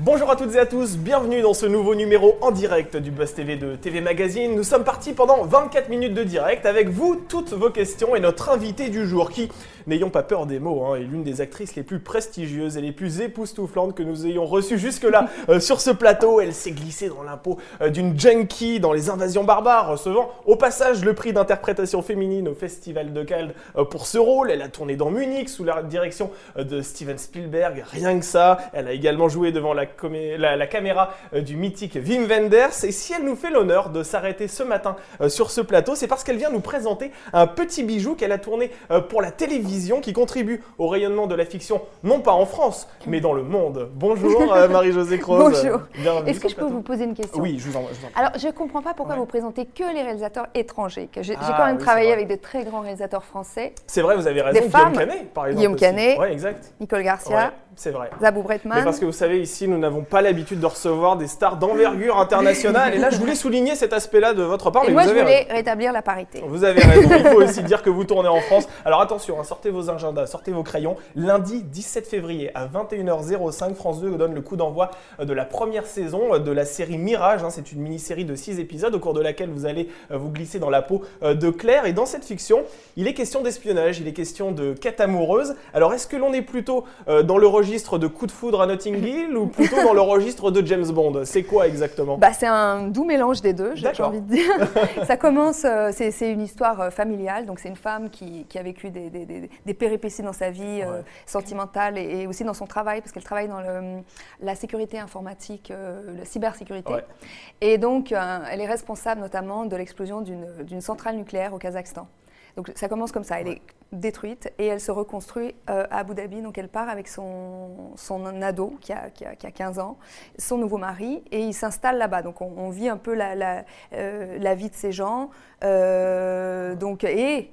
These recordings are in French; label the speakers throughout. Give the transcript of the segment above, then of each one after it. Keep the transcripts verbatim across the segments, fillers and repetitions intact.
Speaker 1: Bonjour à toutes et à tous, bienvenue dans ce nouveau numéro en direct du Buzz T V de T V Magazine. Nous sommes partis pendant vingt-quatre minutes de direct avec vous, toutes vos questions et notre invitée du jour qui, n'ayons pas peur des mots, hein, est l'une des actrices les plus prestigieuses et les plus époustouflantes que nous ayons reçues jusque-là euh, sur ce plateau. Elle s'est glissée dans la peau euh, d'une junkie dans Les Invasions barbares, recevant au passage le prix d'interprétation féminine au Festival de Cannes euh, pour ce rôle. Elle a tourné dans Munich sous la direction euh, de Steven Spielberg, rien que ça. Elle a également joué devant la La, la caméra euh, du mythique Wim Wenders. Et si elle nous fait l'honneur de s'arrêter ce matin euh, sur ce plateau, c'est parce qu'elle vient nous présenter un petit bijou qu'elle a tourné euh, pour la télévision qui contribue au rayonnement de la fiction, non pas en France, mais dans le monde. Bonjour euh, Marie-Josée Croze.
Speaker 2: Bonjour. Est-ce que je peux vous poser une question?
Speaker 1: Oui, je vous en, je vous en...
Speaker 2: Alors, je ne comprends pas pourquoi ouais. vous présentez que les réalisateurs étrangers. Que j'ai
Speaker 1: ah,
Speaker 2: quand même
Speaker 1: oui,
Speaker 2: travaillé avec de très grands réalisateurs français.
Speaker 1: C'est vrai, vous avez raison.
Speaker 2: Des
Speaker 1: Guillaume
Speaker 2: femmes.
Speaker 1: Canet, par exemple.
Speaker 2: Guillaume Canet.
Speaker 1: Ouais, exact.
Speaker 2: Nicole Garcia.
Speaker 1: Ouais. C'est vrai.
Speaker 2: Zabou Bretman.
Speaker 1: Mais parce que vous savez, ici, nous n'avons pas l'habitude de recevoir des stars d'envergure internationale. Et là, je voulais souligner cet aspect-là de votre part.
Speaker 2: Et
Speaker 1: mais
Speaker 2: moi,
Speaker 1: vous
Speaker 2: je
Speaker 1: avez
Speaker 2: voulais
Speaker 1: raison.
Speaker 2: rétablir la parité.
Speaker 1: Vous avez raison. Il faut aussi dire que vous tournez en France. Alors attention, hein, sortez vos agendas, sortez vos crayons. Lundi dix-sept février à vingt et une heures cinq, France deux donne le coup d'envoi de la première saison de la série Mirage. Hein. C'est une mini-série de six épisodes au cours de laquelle vous allez vous glisser dans la peau de Claire. Et dans cette fiction, il est question d'espionnage, il est question de quête amoureuse. Alors est-ce que l'on est plutôt dans le registre de coup de foudre à Notting Hill ou plutôt dans le registre de James Bond? C'est quoi exactement?
Speaker 2: Bah, c'est un doux mélange des deux, j'ai envie de dire. Ça commence, euh, c'est, c'est une histoire euh, familiale, donc c'est une femme qui, qui a vécu des, des, des, des péripéties dans sa vie ouais. euh, sentimentale et, et aussi dans son travail, parce qu'elle travaille dans le, la sécurité informatique, euh, la cybersécurité. Ouais. Et donc, euh, elle est responsable notamment de l'explosion d'une, d'une centrale nucléaire au Kazakhstan. Donc ça commence comme ça, elle ouais. est détruite et elle se reconstruit euh, à Abu Dhabi. Donc elle part avec son, son ado qui a, qui, a, qui a quinze ans, son nouveau mari, et il s'installe là-bas. Donc on, on vit un peu la, la, euh, la vie de ces gens. Euh, donc, et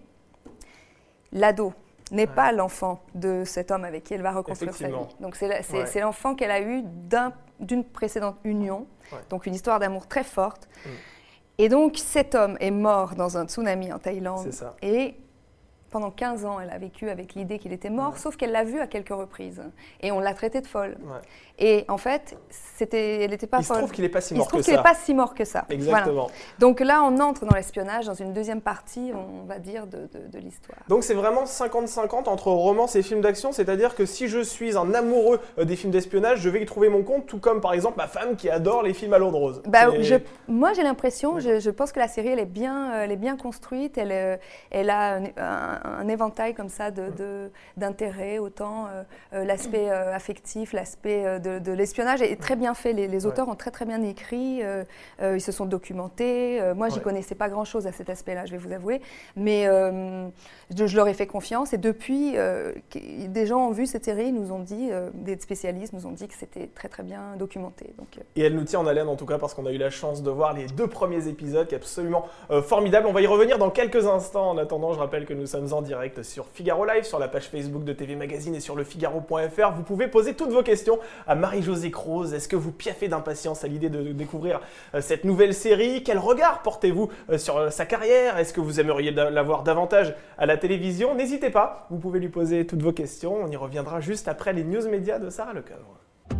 Speaker 2: l'ado n'est ouais. pas l'enfant de cet homme avec qui elle va reconstruire sa vie. Donc c'est, c'est, ouais. c'est l'enfant qu'elle a eu d'un, d'une précédente union, ouais. donc une histoire d'amour très forte. Mm. Et donc, cet homme est mort dans un tsunami en Thaïlande. C'est ça. Et pendant quinze ans, elle a vécu avec l'idée qu'il était mort, ouais. sauf qu'elle l'a vu à quelques reprises. Et on l'a traité de folle. Ouais. Et en fait, c'était, elle n'était pas
Speaker 1: Il
Speaker 2: folle.
Speaker 1: Il se trouve qu'il n'est pas si mort que ça.
Speaker 2: Il se trouve qu'il n'est pas si mort que ça.
Speaker 1: Exactement.
Speaker 2: Voilà. Donc là, on entre dans l'espionnage, dans une deuxième partie, on va dire, de, de, de l'histoire.
Speaker 1: Donc c'est vraiment cinquante cinquante entre romance et films d'action, c'est-à-dire que si je suis un amoureux des films d'espionnage, je vais y trouver mon compte, tout comme par exemple ma femme qui adore les films à l'eau de rose.
Speaker 2: Bah, je, moi, j'ai l'impression, je, je pense que la série, elle est bien, elle est bien construite, elle, elle a un, un, un éventail comme ça de, de, d'intérêts, autant euh, l'aspect euh, affectif, l'aspect euh, de, de l'espionnage est très bien fait. Les, les auteurs ouais. ont très très bien écrit, euh, euh, ils se sont documentés. Euh, moi, j'y ouais. connaissais pas grand-chose à cet aspect-là, je vais vous avouer, mais euh, je, je leur ai fait confiance. Et depuis, euh, des gens ont vu cette série, nous ont dit, euh, des spécialistes nous ont dit que c'était très très bien documenté. Donc, euh...
Speaker 1: Et elle nous tient en haleine en tout cas parce qu'on a eu la chance de voir les deux premiers épisodes, qui est absolument euh, formidable. On va y revenir dans quelques instants. En attendant, je rappelle que nous sommes en direct sur Figaro Live, sur la page Facebook de T V Magazine et sur le Figaro point F R. Vous pouvez poser toutes vos questions à Marie-Josée Croze. Est-ce que vous piaffez d'impatience à l'idée de découvrir euh, cette nouvelle série? Quel regard portez-vous euh, sur euh, sa carrière? Est-ce que vous aimeriez da- la voir davantage à la télévision? N'hésitez pas, vous pouvez lui poser toutes vos questions. On y reviendra juste après les news médias de Sarah Lecoeuvre.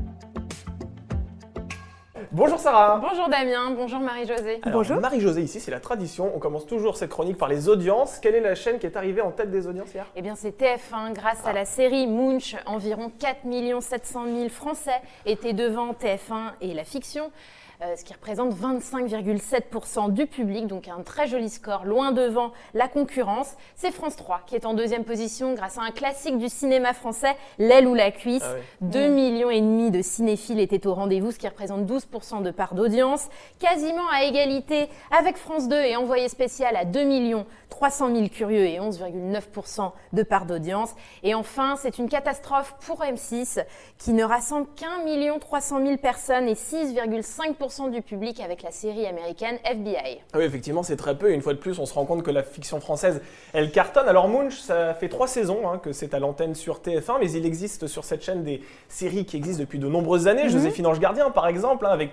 Speaker 1: Bonjour Sarah.
Speaker 3: Bonjour Damien, bonjour Marie-Josée.
Speaker 1: Alors,
Speaker 2: bonjour.
Speaker 1: Marie-Josée, ici c'est la tradition, on commence toujours cette chronique par les audiences. Quelle est la chaîne qui est arrivée en tête des audiences hier?
Speaker 3: Eh bien c'est T F un, grâce ah. à la série Munch, environ quatre millions sept cent mille Français étaient devant T F un et la fiction. Euh, ce qui représente vingt-cinq virgule sept pour cent du public, donc un très joli score, loin devant la concurrence. C'est France trois qui est en deuxième position grâce à un classique du cinéma français, L'aile ou la cuisse. Ah oui. deux millions et demi de cinéphiles étaient au rendez-vous, ce qui représente douze pour cent de part d'audience, quasiment à égalité avec France deux et Envoyé spécial à deux millions trois cent mille curieux et onze virgule neuf pour cent de part d'audience. Et enfin, c'est une catastrophe pour M six qui ne rassemble qu'un million trois cent mille personnes et six virgule cinq pour cent du public avec la série américaine F B I.
Speaker 1: Oui, effectivement, c'est très peu. Et une fois de plus, on se rend compte que la fiction française, elle cartonne. Alors Munch, ça fait trois saisons hein, que c'est à l'antenne sur T F un, mais il existe sur cette chaîne des séries qui existent depuis de nombreuses années. Mm-hmm. Joséphine Ange Gardien, par exemple, hein, avec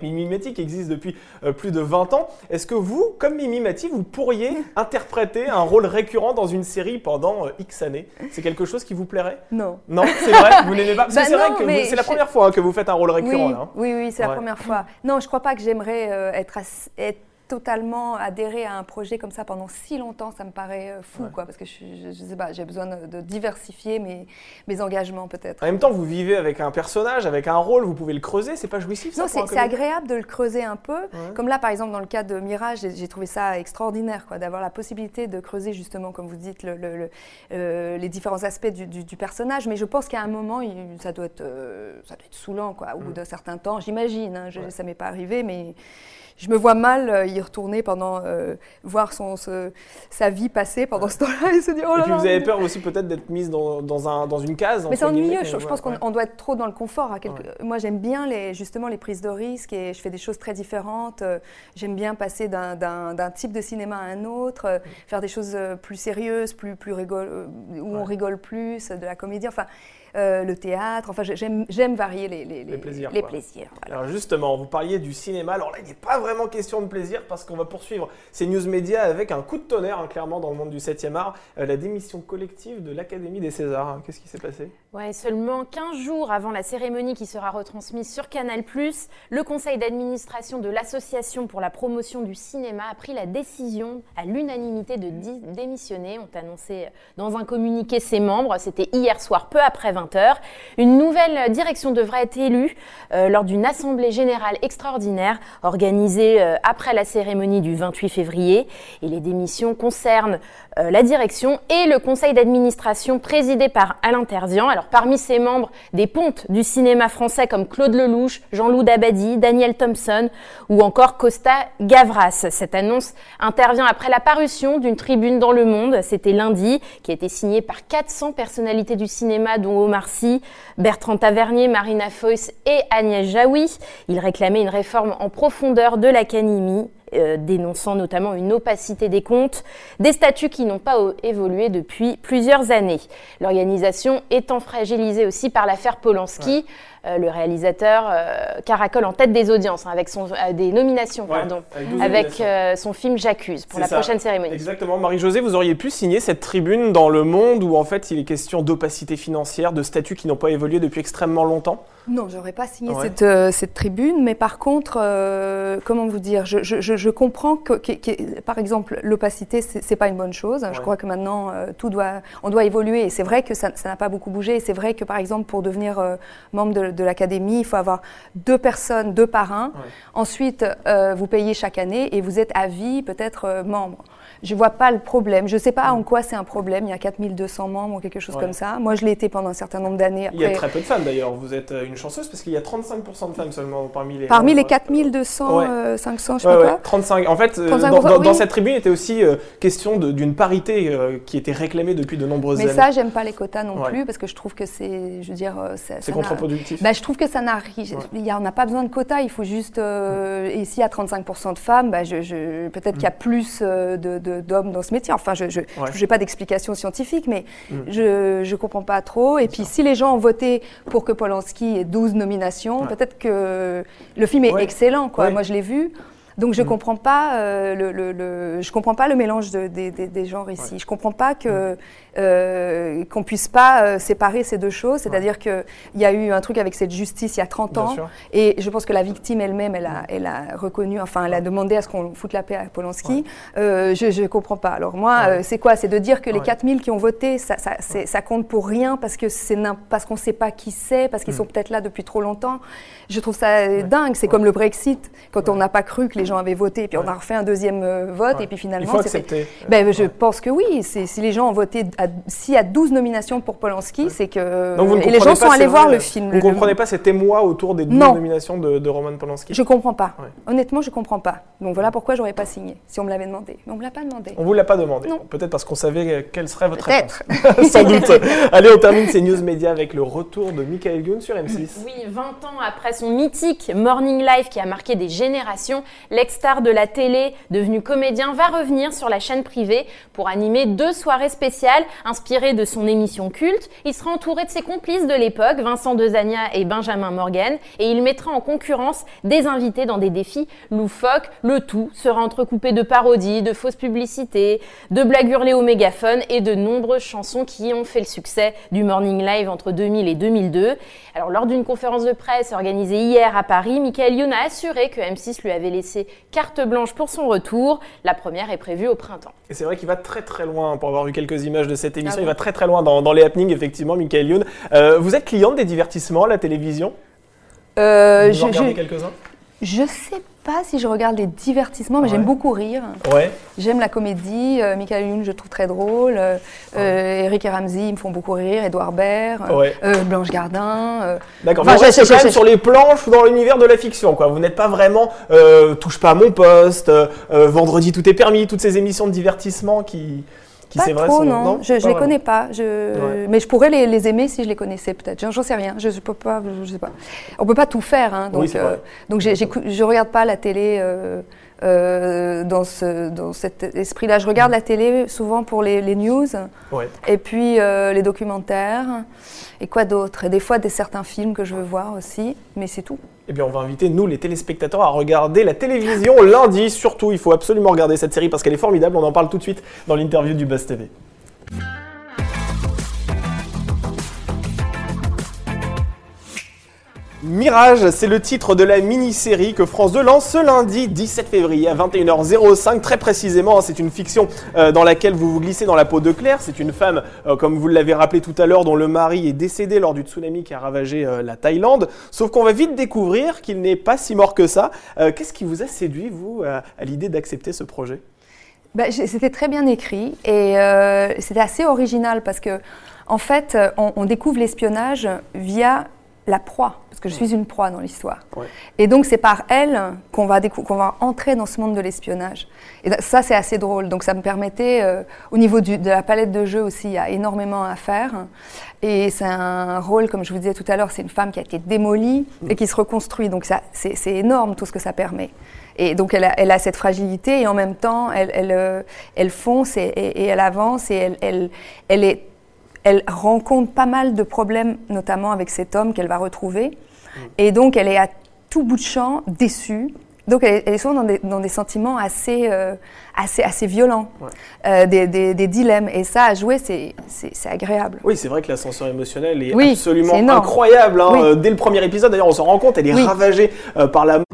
Speaker 1: Mimi Mati qui existe depuis euh, plus de vingt ans. Est-ce que vous, comme Mimi Mati, vous pourriez interpréter un rôle récurrent dans une série pendant euh, X années? C'est quelque chose qui vous plairait?
Speaker 2: Non.
Speaker 1: Non, c'est vrai, vous n'aimez pas? Parce
Speaker 2: bah
Speaker 1: que c'est
Speaker 2: non,
Speaker 1: vrai que c'est la
Speaker 2: je...
Speaker 1: première fois hein, que vous faites un rôle récurrent.
Speaker 2: Oui,
Speaker 1: là, hein.
Speaker 2: oui, oui, c'est
Speaker 1: ouais.
Speaker 2: la première fois. Non, je ne crois pas que j'aimerais euh, être, as... être totalement adhérer à un projet comme ça pendant si longtemps, ça me paraît fou, ouais. quoi, parce que je, je, je sais pas, j'ai besoin de, de diversifier mes, mes engagements peut-être.
Speaker 1: En même temps, vous vivez avec un personnage, avec un rôle, vous pouvez le creuser, c'est pas jouissif?
Speaker 2: Non, c'est agréable de le creuser un peu.
Speaker 1: Ouais.
Speaker 2: Comme là, par exemple, dans le cas de Mirage, j'ai trouvé ça extraordinaire, quoi, d'avoir la possibilité de creuser justement, comme vous dites, le, le, le, euh, les différents aspects du, du, du personnage. Mais je pense qu'à un moment, il, ça, doit être, euh, ça doit être saoulant, quoi, au bout mmh. d'un certain temps. J'imagine, hein, ouais. ça m'est pas arrivé, mais je me vois mal euh, y retourner pendant, euh, voir son, ce, sa vie passer pendant ce temps-là et se dire oh là là.
Speaker 1: Et puis vous avez peur aussi peut-être d'être mise dans, dans, un, dans une case.
Speaker 2: Mais c'est ennuyeux, je, je pense qu'on ouais. doit être trop dans le confort. Hein, quelque... ouais. Moi j'aime bien les, justement les prises de risques et je fais des choses très différentes. Euh, j'aime bien passer d'un type de cinéma à un autre, euh, faire des choses plus sérieuses, plus, plus rigole, euh, où ouais. on rigole plus, de la comédie. Enfin, Euh, le théâtre, enfin j'aime varier les, les,
Speaker 1: les plaisirs.
Speaker 2: Les plaisirs
Speaker 1: voilà. Alors justement, vous parliez du cinéma, alors là il n'est pas vraiment question de plaisir parce qu'on va poursuivre ces news médias avec un coup de tonnerre, hein, clairement dans le monde du septième art, euh, la démission collective de l'Académie des Césars. Hein. Qu'est-ce qui s'est passé?
Speaker 3: Ouais, seulement quinze jours avant la cérémonie qui sera retransmise sur Canal plus, le conseil d'administration de l'Association pour la promotion du cinéma a pris la décision à l'unanimité de démissionner, ont annoncé dans un communiqué ses membres, c'était hier soir peu après vingt heures. Une nouvelle direction devra être élue euh, lors d'une assemblée générale extraordinaire organisée euh, après la cérémonie du vingt-huit février. Et les démissions concernent euh, la direction et le conseil d'administration présidé par Alain Terzian. Alors parmi ses membres, des pontes du cinéma français comme Claude Lelouch, Jean-Loup Dabadi, Daniel Thompson ou encore Costa Gavras. Cette annonce intervient après la parution d'une tribune dans Le Monde, c'était lundi, qui a été signée par quatre cents personnalités du cinéma dont Omar Sy, Bertrand Tavernier, Marina Foïs et Agnès Jaoui. Ils réclamaient une réforme en profondeur de l'Académie, euh, dénonçant notamment une opacité des comptes, des statuts qui n'ont pas évolué depuis plusieurs années. L'organisation étant fragilisée aussi par l'affaire Polanski, ouais. Euh, le réalisateur euh, caracole en tête des audiences, hein, avec son, euh, des nominations, ouais, pardon, avec, avec euh, son film J'accuse pour la ça. prochaine cérémonie.
Speaker 1: Exactement. Marie-Josée, vous auriez pu signer cette tribune dans Le Monde où en fait il est question d'opacité financière, de statuts qui n'ont pas évolué depuis extrêmement longtemps?
Speaker 2: Non, je n'aurais pas signé ouais. cette, euh, cette tribune, mais par contre, euh, comment vous dire, je, je, je comprends que, que, que, par exemple, l'opacité, ce n'est pas une bonne chose. Ouais. Je crois que maintenant, euh, tout doit, on doit évoluer. Et c'est vrai que ça n'a pas beaucoup bougé. Et c'est vrai que, par exemple, pour devenir euh, membre de, de l'Académie, il faut avoir deux personnes, deux parrains. Ouais. Ensuite, euh, vous payez chaque année et vous êtes à vie peut-être euh, membre. Je ne vois pas le problème. Je ne sais pas en quoi c'est un problème. Il y a quatre mille deux cents membres ou quelque chose ouais. comme ça. Moi, je l'ai été pendant un certain nombre d'années.
Speaker 1: Il y a très peu de femmes d'ailleurs. Vous êtes une chanceuse parce qu'il y a trente-cinq pour cent de femmes seulement parmi les...
Speaker 2: Parmi les quatre mille deux cents, ouais. euh, cinq cents, je sais
Speaker 1: ouais,
Speaker 2: pas
Speaker 1: ouais.
Speaker 2: quoi.
Speaker 1: trente-cinq. En fait, dans, dans, oui. dans cette tribune, il était aussi euh, question d'une parité euh, qui était réclamée depuis de nombreuses
Speaker 2: Mais
Speaker 1: années.
Speaker 2: Mais ça, j'aime pas les quotas non
Speaker 1: ouais.
Speaker 2: plus parce que je trouve que c'est, je veux dire...
Speaker 1: C'est contre-productif.
Speaker 2: Bah, je trouve que ça n'a rien... Ouais. On n'a pas besoin de quotas, il faut juste... Euh, et s'il y a trente-cinq pour cent de femmes, bah, je, je, peut-être mm. qu'il y a plus euh, d'hommes de, de, dans ce métier. Enfin, je n'ai ouais. pas d'explication scientifique, mais mm. je ne comprends pas trop. Et puis, si les gens ont voté pour que Polanski ait douze nominations, ouais. peut-être que le film est ouais. excellent, quoi. Ouais. Moi, je l'ai vu. Donc, je ne mmh. comprends, euh, le, le, le, je comprends pas le mélange de, de, de, des genres ici. Ouais. Je ne comprends pas que, mmh. euh, qu'on ne puisse pas euh, séparer ces deux choses. C'est-à-dire ouais. qu'il y a eu un truc avec cette justice il y a trente ans. Et je pense que la victime elle-même, elle a, elle a reconnu, enfin, elle a demandé à ce qu'on foute la paix à Polanski. Ouais. Euh, je ne comprends pas. Alors, moi, ouais. euh, c'est quoi? C'est de dire que les ouais. quatre mille qui ont voté, ça, ça, ouais. ça compte pour rien parce que c'est parce qu'on ne sait pas qui c'est, parce qu'ils mmh. sont peut-être là depuis trop longtemps. Je trouve ça ouais. dingue. C'est ouais. comme le Brexit, quand ouais. on n'a pas cru que les les gens avaient voté, et puis ouais. on a refait un deuxième euh, vote, ouais. et puis finalement...
Speaker 1: Il faut accepter.
Speaker 2: Ben,
Speaker 1: ouais.
Speaker 2: je pense que oui, si les gens ont voté, s'il y a douze nominations pour Polanski, ouais. c'est que...
Speaker 1: Donc vous ne
Speaker 2: et les gens sont
Speaker 1: pas,
Speaker 2: allés
Speaker 1: vrai,
Speaker 2: voir le film.
Speaker 1: Vous ne comprenez pas cet émoi autour des douze non. nominations de, de Roman Polanski?
Speaker 2: Je ne comprends pas.
Speaker 1: Ouais.
Speaker 2: Honnêtement, je ne comprends pas. Donc voilà pourquoi je n'aurais pas signé, si on me l'avait demandé. Mais on ne me l'a pas demandé.
Speaker 1: On ne vous l'a pas demandé. Peut-être parce qu'on savait quelle serait votre réponse.
Speaker 2: Peut-être.
Speaker 1: Sans doute. Allez, on termine ces news médias avec le retour de Michael Youn sur M six.
Speaker 3: Oui, vingt ans après son mythique Morning Live qui a marqué des générations, L'ex-star de la télé, devenu comédien, va revenir sur la chaîne privée pour animer deux soirées spéciales inspirées de son émission culte. Il sera entouré de ses complices de l'époque, Vincent Dezania et Benjamin Morgan, et il mettra en concurrence des invités dans des défis loufoques. Le tout sera entrecoupé de parodies, de fausses publicités, de blagues hurlées au mégaphone et de nombreuses chansons qui ont fait le succès du Morning Live entre deux mille et deux mille deux. Alors, lors d'une conférence de presse organisée hier à Paris, Michael Youn a assuré que M six lui avait laissé carte blanche pour son retour. La première est prévue au printemps.
Speaker 1: Et c'est vrai qu'il va très très loin, pour avoir vu quelques images de cette émission,
Speaker 3: Ah bon
Speaker 1: il va très très loin dans, dans les happenings, effectivement, Michael Youn. Euh, vous êtes cliente des divertissements à la télévision
Speaker 2: euh,
Speaker 1: Vous en
Speaker 2: je,
Speaker 1: regardez
Speaker 2: je,
Speaker 1: quelques-uns
Speaker 2: je sais pas si je regarde les divertissements, mais
Speaker 1: Ouais.
Speaker 2: j'aime beaucoup rire.
Speaker 1: Ouais.
Speaker 2: J'aime la comédie. Euh, Michael Youn, je le trouve très drôle. Euh, euh, Eric et Ramsey, ils me font beaucoup rire. Édouard Baird, euh,
Speaker 1: Ouais.
Speaker 2: euh, Blanche Gardin. Euh,
Speaker 1: D'accord,
Speaker 2: Enfin,
Speaker 1: vous
Speaker 2: je-
Speaker 1: restez
Speaker 2: je-
Speaker 1: quand
Speaker 2: je-
Speaker 1: même
Speaker 2: je-
Speaker 1: sur les planches ou dans l'univers de la fiction, quoi. Vous n'êtes pas vraiment euh, Touche pas à mon poste, euh, euh, Vendredi tout est permis, toutes ces émissions de divertissement qui, qui
Speaker 2: pas
Speaker 1: c'est vrai,
Speaker 2: trop,
Speaker 1: sont...
Speaker 2: non. Je, je
Speaker 1: pas
Speaker 2: les
Speaker 1: vraiment.
Speaker 2: connais pas. Je...
Speaker 1: Ouais.
Speaker 2: Mais je pourrais les, les aimer si je les connaissais, peut-être. J'en j'en sais rien. Je, je peux pas. Je sais pas. On peut pas tout faire, hein, donc.
Speaker 1: Oui, c'est vrai.
Speaker 2: euh, donc j'ai- j'écoute- je regarde pas la télé. Euh, euh, dans, ce, dans cet esprit-là. Je regarde la télé souvent pour les, les news,
Speaker 1: Ouais.
Speaker 2: et puis euh, les documentaires, et quoi d'autre. Et des fois, des certains films que je veux voir aussi, mais c'est tout.
Speaker 1: Eh bien, on va inviter, nous, les téléspectateurs, à regarder la télévision lundi. Surtout, il faut absolument regarder cette série parce qu'elle est formidable. On en parle tout de suite dans l'interview du Buzz T V. Mirage, c'est le titre de la mini-série que France deux lance ce lundi dix-sept février à vingt et une heures cinq. Très précisément, c'est une fiction euh, dans laquelle vous vous glissez dans la peau de Claire. C'est une femme, euh, comme vous l'avez rappelé tout à l'heure, dont le mari est décédé lors du tsunami qui a ravagé euh, la Thaïlande. Sauf qu'on va vite découvrir qu'il n'est pas si mort que ça. Euh, Qu'est-ce qui vous a séduit, vous, à, à l'idée d'accepter ce projet ?
Speaker 2: Ben, j'ai- c'était très bien écrit et euh, c'était assez original parce que, en fait, on, on découvre l'espionnage via la proie, parce que je suis une proie dans l'histoire.
Speaker 1: Ouais.
Speaker 2: Et donc, c'est par elle qu'on va, décou- qu'on va entrer dans ce monde de l'espionnage. Et ça, c'est assez drôle. Donc, ça me permettait, euh, au niveau du, de la palette de jeux aussi, il y a énormément à faire. Et c'est un rôle, comme je vous disais tout à l'heure, c'est une femme qui a été démolie et qui se reconstruit. Donc, ça, c'est, c'est énorme tout ce que ça permet. Et donc, elle a, elle a cette fragilité et en même temps, elle, elle, euh, elle fonce et, et, et elle avance et elle, elle, elle, est, elle rencontre pas mal de problèmes, notamment avec cet homme qu'elle va retrouver. Mmh. Et donc, elle est à tout bout de champ, déçue. Donc, elle est, elle est souvent dans des, dans des sentiments assez, euh, assez, assez violents, ouais. euh, des, des, des dilemmes. Et ça, à jouer, c'est, c'est, c'est agréable.
Speaker 1: Oui, c'est vrai que l'ascenseur émotionnel est
Speaker 2: oui,
Speaker 1: absolument
Speaker 2: c'est
Speaker 1: incroyable. Hein.
Speaker 2: Oui.
Speaker 1: Dès le premier épisode, d'ailleurs, on s'en rend compte, elle est oui. ravagée euh, par la...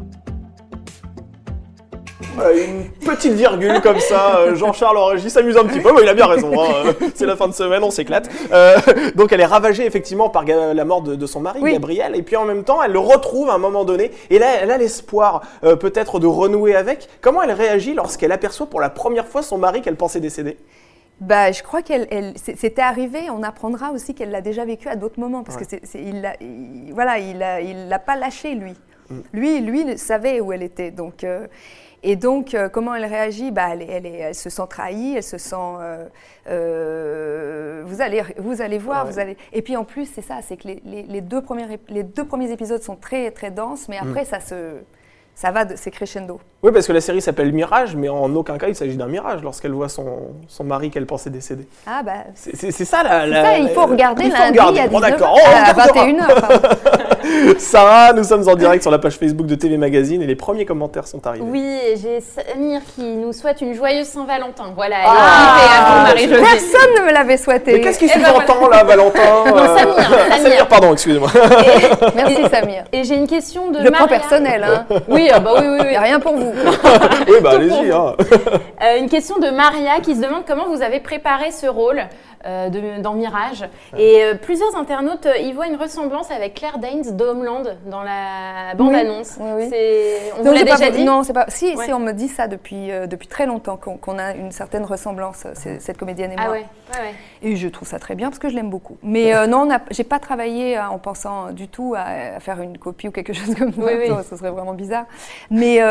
Speaker 1: Une petite virgule comme ça, Jean-Charles en régie s'amuse un petit peu, mais il a bien raison, hein. C'est la fin de semaine, on s'éclate. Euh, donc elle est ravagée effectivement par la mort de, de son mari, oui. Gabriel, et puis en même temps elle le retrouve à un moment donné, et là elle a l'espoir euh, peut-être de renouer avec. Comment elle réagit lorsqu'elle aperçoit pour la première fois son mari qu'elle pensait décédé ?
Speaker 2: Bah, je crois qu'elle, elle, c'était arrivé. On apprendra aussi qu'elle l'a déjà vécu à d'autres moments, parce ouais. que c'est, c'est, il, l'a, il, voilà, il a, il l'a pas lâché lui. Mm. Lui, lui, il savait où elle était, donc. Euh, Et donc, euh, comment elle réagit ? Bah, elle, elle, elle se sent trahie, elle se sent... Euh, euh, vous, allez, vous allez voir, ouais. vous allez... Et puis en plus, c'est ça, c'est que les, les, les, deux premiers, les deux premiers épisodes sont très, très denses, mais après, mm. ça se... Ça va, de, c'est crescendo.
Speaker 1: Oui, parce que la série s'appelle Mirage, mais en aucun cas il s'agit d'un mirage lorsqu'elle voit son, son mari qu'elle pensait décédé.
Speaker 2: Ah bah...
Speaker 1: C'est, c'est, c'est ça la...
Speaker 2: C'est
Speaker 1: la
Speaker 2: ça, il faut regarder
Speaker 1: il faut
Speaker 2: lundi
Speaker 1: regarder.
Speaker 2: à
Speaker 1: Bon,
Speaker 2: dix-neuf heures,
Speaker 1: oh,
Speaker 2: à vingt et une heures.
Speaker 1: Sarah, nous sommes en direct sur la page Facebook de T V Magazine et les premiers commentaires sont arrivés.
Speaker 3: Oui, et j'ai Samir qui nous souhaite une joyeuse Saint-Valentin. Voilà, elle
Speaker 2: ah, est Marie-Josée. Personne ne me l'avait souhaité.
Speaker 1: Mais qu'est-ce qui sous-entend là, Valentin?
Speaker 3: Non, Samir, Samir.
Speaker 1: Samir, pardon, excusez-moi.
Speaker 2: Et, Merci Samir.
Speaker 3: Et j'ai une question de
Speaker 2: Je le
Speaker 3: Maria.
Speaker 2: prends personnel, hein.
Speaker 3: Oui, ah bah oui, oui, oui.
Speaker 2: Il n'y a rien pour vous.
Speaker 1: Oui, bah allez-y. Hein.
Speaker 3: Euh, une question de Maria qui se demande comment vous avez préparé ce rôle euh, de, dans Mirage. Ouais. Et euh, plusieurs internautes euh, y voient une ressemblance avec Claire Danes d'Homeland dans la bande-annonce.
Speaker 2: Oui, oui, oui.
Speaker 3: C'est... On
Speaker 2: non,
Speaker 3: vous l'a déjà
Speaker 2: pas,
Speaker 3: dit?
Speaker 2: Non, c'est pas. Si,
Speaker 3: ouais.
Speaker 2: si, on me dit ça depuis, euh, depuis très longtemps, qu'on, qu'on a une certaine ressemblance, cette comédienne et moi.
Speaker 3: Ah ouais. Ouais, ouais.
Speaker 2: Et je trouve ça très bien parce que je l'aime beaucoup. Mais euh, non, j'ai pas travaillé en pensant du tout à, à faire une copie ou quelque chose comme ça.
Speaker 3: Oui, oui.
Speaker 2: Ça, ça serait vraiment bizarre. Mais euh,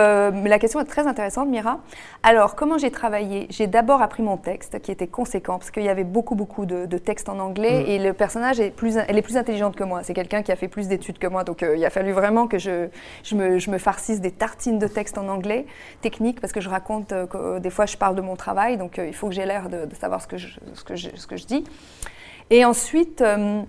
Speaker 2: mais la question est très intéressante, Mira. Alors, comment j'ai travaillé? J'ai d'abord appris mon texte, qui était conséquent, parce qu'il y avait beaucoup, beaucoup de, de textes en anglais, mmh. et le personnage est plus, elle est plus intelligente que moi. C'est quelqu'un qui a fait plus d'études que moi, donc euh, il a fallu vraiment que je, je, me, je me farcisse des tartines de textes en anglais, technique, parce que je raconte, euh, que, euh, des fois je parle de mon travail, donc euh, il faut que j'ai l'air de, de savoir ce que, je, ce, que je, ce que je dis. Et ensuite, euh,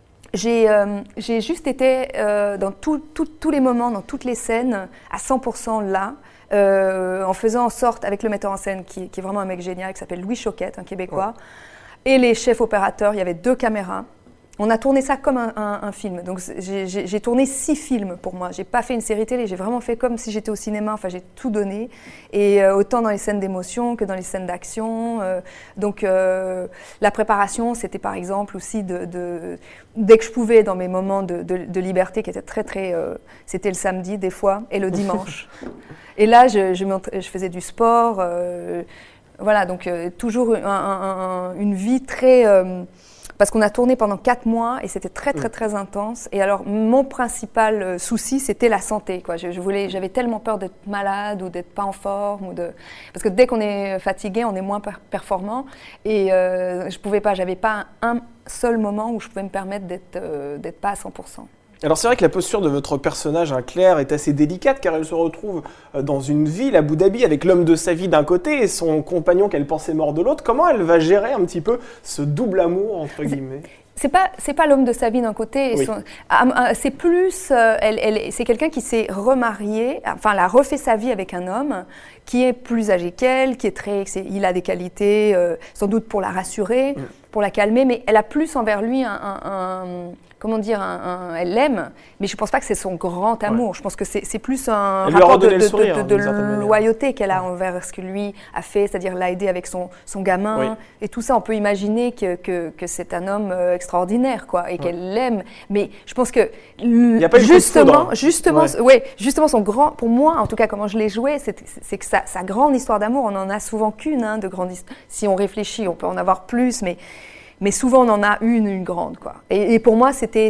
Speaker 2: j'ai euh, juste été euh, dans tout, tout, tous les moments, dans toutes les scènes, à cent pour cent là, euh, en faisant en sorte, avec le metteur en scène, qui, qui est vraiment un mec génial, qui s'appelle Louis Choquette, un Québécois, ouais. et les chefs opérateurs, il y avait deux caméras. On a tourné ça comme un, un, un film. Donc j'ai tourné six films pour moi. J'ai pas fait une série télé, j'ai vraiment fait comme si j'étais au cinéma. Enfin, j'ai tout donné. Et euh, autant dans les scènes d'émotion que dans les scènes d'action. Euh, donc euh, la préparation, c'était par exemple aussi de, de dès que je pouvais dans mes moments de, de, de liberté, qui étaient très très, euh, c'était le samedi des fois et le dimanche. Et là, je, je, je faisais du sport. Euh, voilà, donc euh, toujours un, un, un, une vie très euh, parce qu'on a tourné pendant quatre mois et c'était très, très, très intense. Et alors, mon principal euh, souci, c'était la santé, quoi. Je, je voulais, j'avais tellement peur d'être malade ou d'être pas en forme. Ou de... Parce que dès qu'on est fatigué, on est moins per performant. Et euh, je pouvais pas, j'avais pas un, un seul moment où je pouvais me permettre d'être euh, d'être pas à cent pour cent.
Speaker 1: Alors c'est vrai que la posture de votre personnage, hein, Claire, est assez délicate car elle se retrouve dans une ville, Abu Dhabi, avec l'homme de sa vie d'un côté et son compagnon qu'elle pensait mort de l'autre. Comment elle va gérer un petit peu ce double amour, entre guillemets ?
Speaker 2: C'est pas c'est pas l'homme de sa vie d'un côté, oui. C'est plus euh, elle, elle c'est quelqu'un qui s'est remarié, enfin elle a refait sa vie avec un homme qui est plus âgé qu'elle, qui est très est, il a des qualités euh, sans doute pour la rassurer, mm. pour la calmer, mais elle a plus envers lui un, un, un comment dire, un, un, elle l'aime, mais je ne pense pas que c'est son grand amour. Ouais. Je pense que c'est plus un
Speaker 1: elle
Speaker 2: rapport de, de,
Speaker 1: sourire,
Speaker 2: de, de, de loyauté qu'elle a envers ce que lui a fait, c'est-à-dire l'a aidé avec son, son gamin. Oui. Et tout ça, on peut imaginer que, que, que c'est un homme euh, extraordinaire, quoi, et ouais. qu'elle l'aime. Mais je pense que
Speaker 1: il y a pas
Speaker 2: justement, justement, ouais. ouais, justement, son grand, pour moi, en tout cas, comment je l'ai joué, c'est que sa, sa grande histoire d'amour, on n'en a souvent qu'une, hein, de grande histoire. Si on réfléchit, on peut en avoir plus, mais Mais souvent, on en a une, une grande, quoi. Et, et pour moi, c'était